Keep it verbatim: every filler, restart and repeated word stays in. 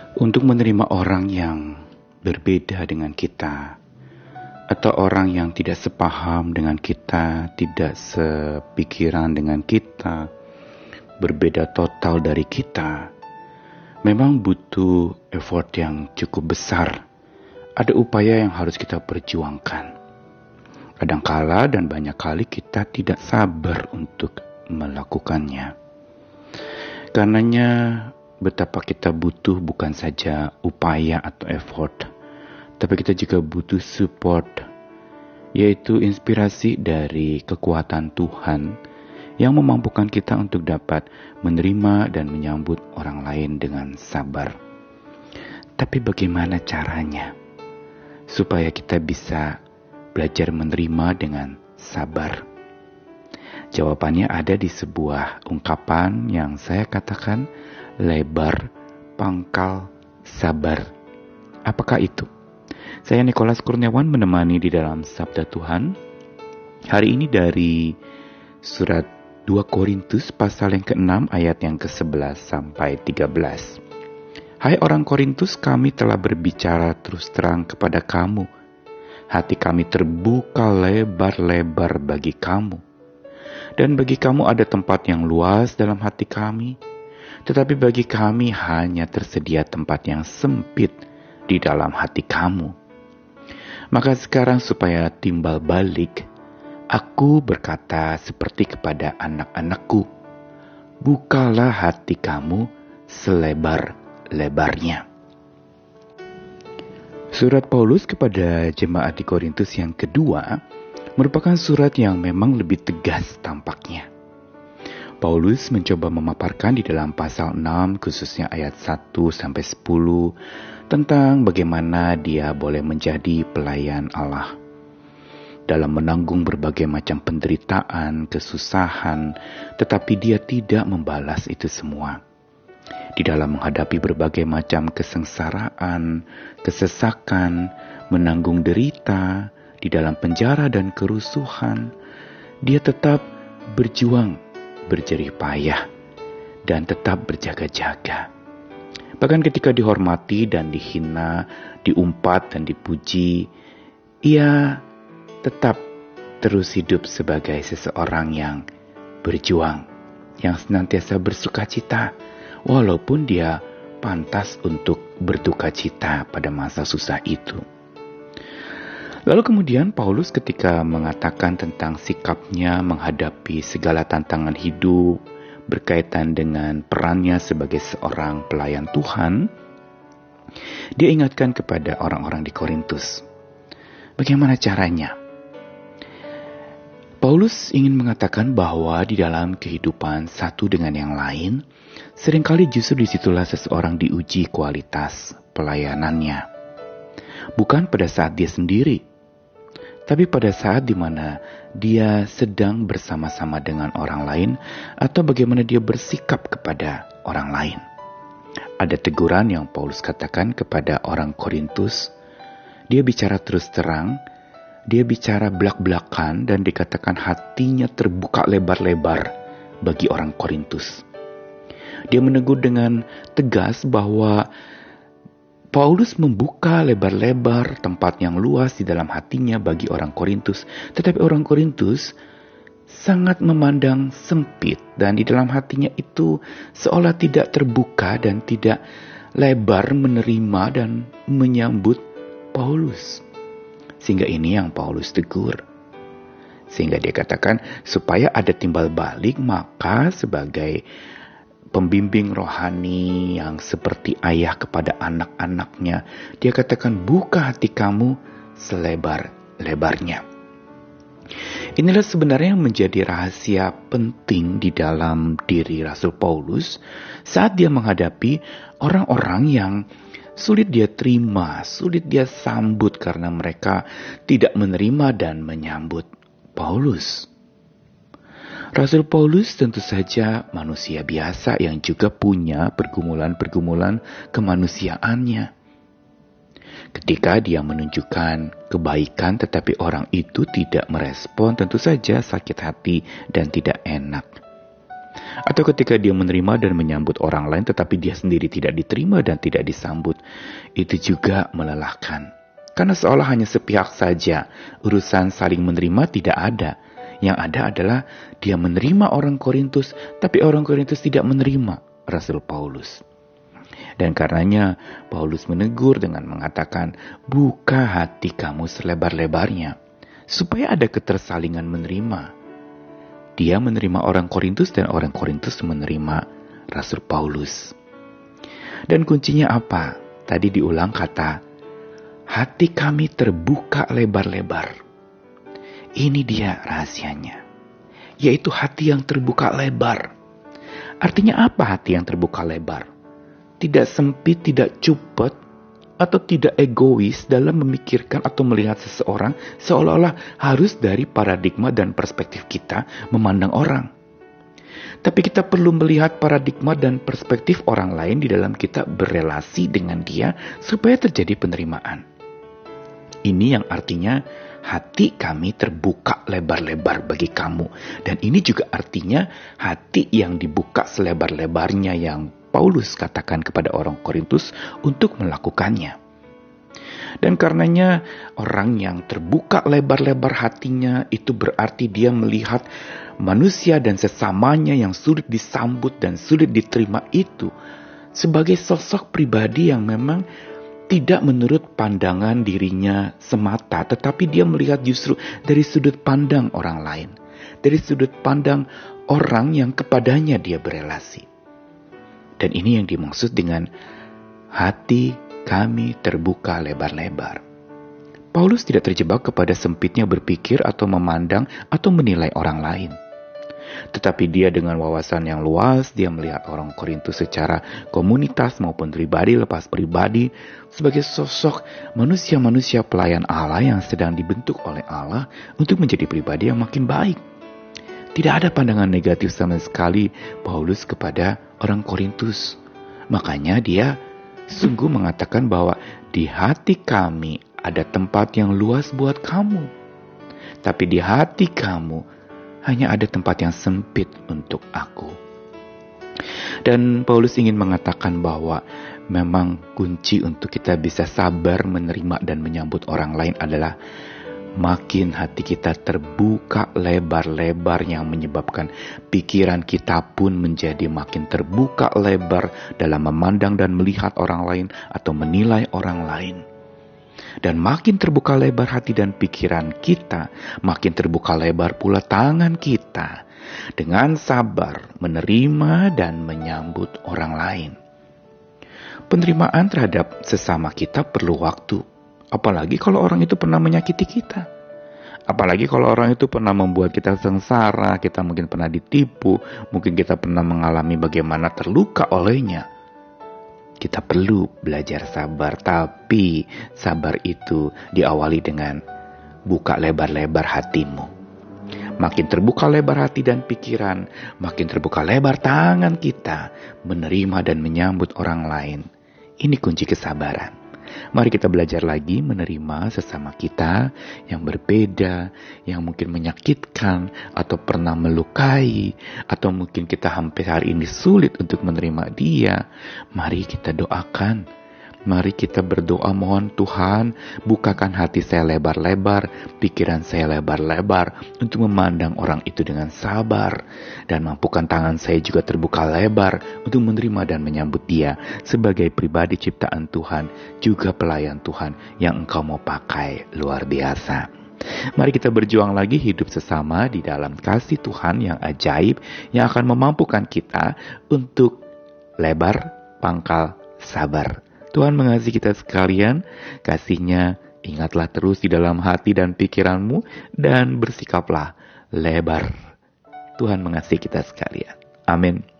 Untuk menerima orang yang berbeda dengan kita, atau orang yang tidak sepaham dengan kita, tidak sepikiran dengan kita, berbeda total dari kita, memang butuh effort yang cukup besar. Ada upaya yang harus kita perjuangkan. Kadangkala dan banyak kali kita tidak sabar untuk melakukannya. Karenanya betapa kita butuh bukan saja upaya atau effort, tapi kita juga butuh support, yaitu inspirasi dari kekuatan Tuhan yang memampukan kita untuk dapat menerima dan menyambut orang lain dengan sabar. Tapi bagaimana caranya supaya kita bisa belajar menerima dengan sabar? Jawabannya ada di sebuah ungkapan yang saya katakan lebar pangkal sabar. Apakah itu? Saya Nikolas Kurniawan menemani di dalam Sabda Tuhan. Hari ini dari surat dua Korintus pasal yang keenam ayat yang kesebelas sampai tiga belas. Hai orang Korintus, kami telah berbicara terus terang kepada kamu. Hati kami terbuka lebar-lebar bagi kamu. Dan bagi kamu ada tempat yang luas dalam hati kami. Tetapi bagi kami hanya tersedia tempat yang sempit di dalam hati kamu. Maka sekarang supaya timbal balik, aku berkata seperti kepada anak-anakku, bukalah hati kamu selebar-lebarnya. Surat Paulus kepada jemaat di Korintus yang kedua merupakan surat yang memang lebih tegas tampaknya. Paulus mencoba memaparkan di dalam pasal enam khususnya ayat satu sampai sepuluh tentang bagaimana dia boleh menjadi pelayan Allah. Dalam menanggung berbagai macam penderitaan, kesusahan, tetapi dia tidak membalas itu semua. Di dalam menghadapi berbagai macam kesengsaraan, kesesakan, menanggung derita, di dalam penjara dan kerusuhan, dia tetap berjuang, berjerih payah, dan tetap berjaga-jaga. Bahkan ketika dihormati dan dihina, diumpat dan dipuji, ia tetap terus hidup sebagai seseorang yang berjuang, yang senantiasa bersukacita, walaupun dia pantas untuk berdukacita pada masa susah itu. Lalu kemudian Paulus ketika mengatakan tentang sikapnya menghadapi segala tantangan hidup berkaitan dengan perannya sebagai seorang pelayan Tuhan, dia ingatkan kepada orang-orang di Korintus. Bagaimana caranya? Paulus ingin mengatakan bahwa di dalam kehidupan satu dengan yang lain, seringkali justru disitulah seseorang diuji kualitas pelayanannya. Bukan pada saat dia sendiri, tapi pada saat di mana dia sedang bersama-sama dengan orang lain atau bagaimana dia bersikap kepada orang lain. Ada teguran yang Paulus katakan kepada orang Korintus. Dia bicara terus terang, dia bicara belak-belakan dan dikatakan hatinya terbuka lebar-lebar bagi orang Korintus. Dia menegur dengan tegas bahwa Paulus membuka lebar-lebar tempat yang luas di dalam hatinya bagi orang Korintus. Tetapi orang Korintus sangat memandang sempit dan di dalam hatinya itu seolah tidak terbuka dan tidak lebar menerima dan menyambut Paulus. Sehingga ini yang Paulus tegur. Sehingga dia katakan supaya ada timbal balik, maka sebagai pembimbing rohani yang seperti ayah kepada anak-anaknya, dia katakan buka hati kamu selebar-lebarnya. Inilah sebenarnya yang menjadi rahasia penting di dalam diri Rasul Paulus saat dia menghadapi orang-orang yang sulit dia terima, sulit dia sambut karena mereka tidak menerima dan menyambut Paulus. Rasul Paulus tentu saja manusia biasa yang juga punya pergumulan-pergumulan kemanusiaannya. Ketika dia menunjukkan kebaikan tetapi orang itu tidak merespon, tentu saja sakit hati dan tidak enak. Atau ketika dia menerima dan menyambut orang lain tetapi dia sendiri tidak diterima dan tidak disambut, itu juga melelahkan. Karena seolah hanya sepihak saja, urusan saling menerima tidak ada. Yang ada adalah dia menerima orang Korintus, tapi orang Korintus tidak menerima Rasul Paulus. Dan karenanya Paulus menegur dengan mengatakan, buka hati kamu selebar-lebarnya, supaya ada ketersalingan menerima. Dia menerima orang Korintus dan orang Korintus menerima Rasul Paulus. Dan kuncinya apa? Tadi diulang kata, hati kami terbuka lebar-lebar. Ini dia rahasianya, yaitu hati yang terbuka lebar. Artinya apa hati yang terbuka lebar? Tidak sempit, tidak cupet, atau tidak egois dalam memikirkan atau melihat seseorang seolah-olah harus dari paradigma dan perspektif kita memandang orang. Tapi kita perlu melihat paradigma dan perspektif orang lain di dalam kita berelasi dengan dia supaya terjadi penerimaan. Ini yang artinya hati kami terbuka lebar-lebar bagi kamu. Dan ini juga artinya hati yang dibuka selebar-lebarnya yang Paulus katakan kepada orang Korintus untuk melakukannya. Dan karenanya orang yang terbuka lebar-lebar hatinya itu berarti dia melihat manusia dan sesamanya yang sulit disambut dan sulit diterima itu sebagai sosok pribadi yang memang tidak menurut pandangan dirinya semata, tetapi dia melihat justru dari sudut pandang orang lain, dari sudut pandang orang yang kepadanya dia berelasi. Dan ini yang dimaksud dengan hati kami terbuka lebar-lebar. Paulus tidak terjebak kepada sempitnya berpikir atau memandang atau menilai orang lain. Tetapi dia dengan wawasan yang luas, dia melihat orang Korintus secara komunitas maupun pribadi lepas pribadi sebagai sosok manusia-manusia pelayan Allah yang sedang dibentuk oleh Allah untuk menjadi pribadi yang makin baik. Tidak ada pandangan negatif sama sekali Paulus kepada orang Korintus. Makanya dia sungguh mengatakan bahwa di hati kami ada tempat yang luas buat kamu. Tapi di hati kamu hanya ada tempat yang sempit untuk aku. Dan Paulus ingin mengatakan bahwa memang kunci untuk kita bisa sabar menerima dan menyambut orang lain adalah makin hati kita terbuka lebar-lebar yang menyebabkan pikiran kita pun menjadi makin terbuka lebar dalam memandang dan melihat orang lain atau menilai orang lain. Dan makin terbuka lebar hati dan pikiran kita, makin terbuka lebar pula tangan kita dengan sabar menerima dan menyambut orang lain. Penerimaan terhadap sesama kita perlu waktu. Apalagi kalau orang itu pernah menyakiti kita. Apalagi kalau orang itu pernah membuat kita sengsara, kita mungkin pernah ditipu, mungkin kita pernah mengalami bagaimana terluka olehnya. Kita perlu belajar sabar, tapi sabar itu diawali dengan buka lebar-lebar hatimu. Makin terbuka lebar hati dan pikiran, makin terbuka lebar tangan kita menerima dan menyambut orang lain. Ini kunci kesabaran. Mari kita belajar lagi menerima sesama kita yang berbeda, yang mungkin menyakitkan atau pernah melukai, atau mungkin kita hampir hari ini sulit untuk menerima dia. Mari kita doakan. Mari kita berdoa, mohon Tuhan bukakan hati saya lebar-lebar, pikiran saya lebar-lebar untuk memandang orang itu dengan sabar, dan mampukan tangan saya juga terbuka lebar untuk menerima dan menyambut dia sebagai pribadi ciptaan Tuhan, juga pelayan Tuhan yang Engkau mau pakai luar biasa. Mari kita berjuang lagi hidup sesama di dalam kasih Tuhan yang ajaib, yang akan memampukan kita untuk lebar pangkal sabar. Tuhan mengasihi kita sekalian, kasih-Nya ingatlah terus di dalam hati dan pikiranmu, dan bersikaplah lebar. Tuhan mengasihi kita sekalian. Amin.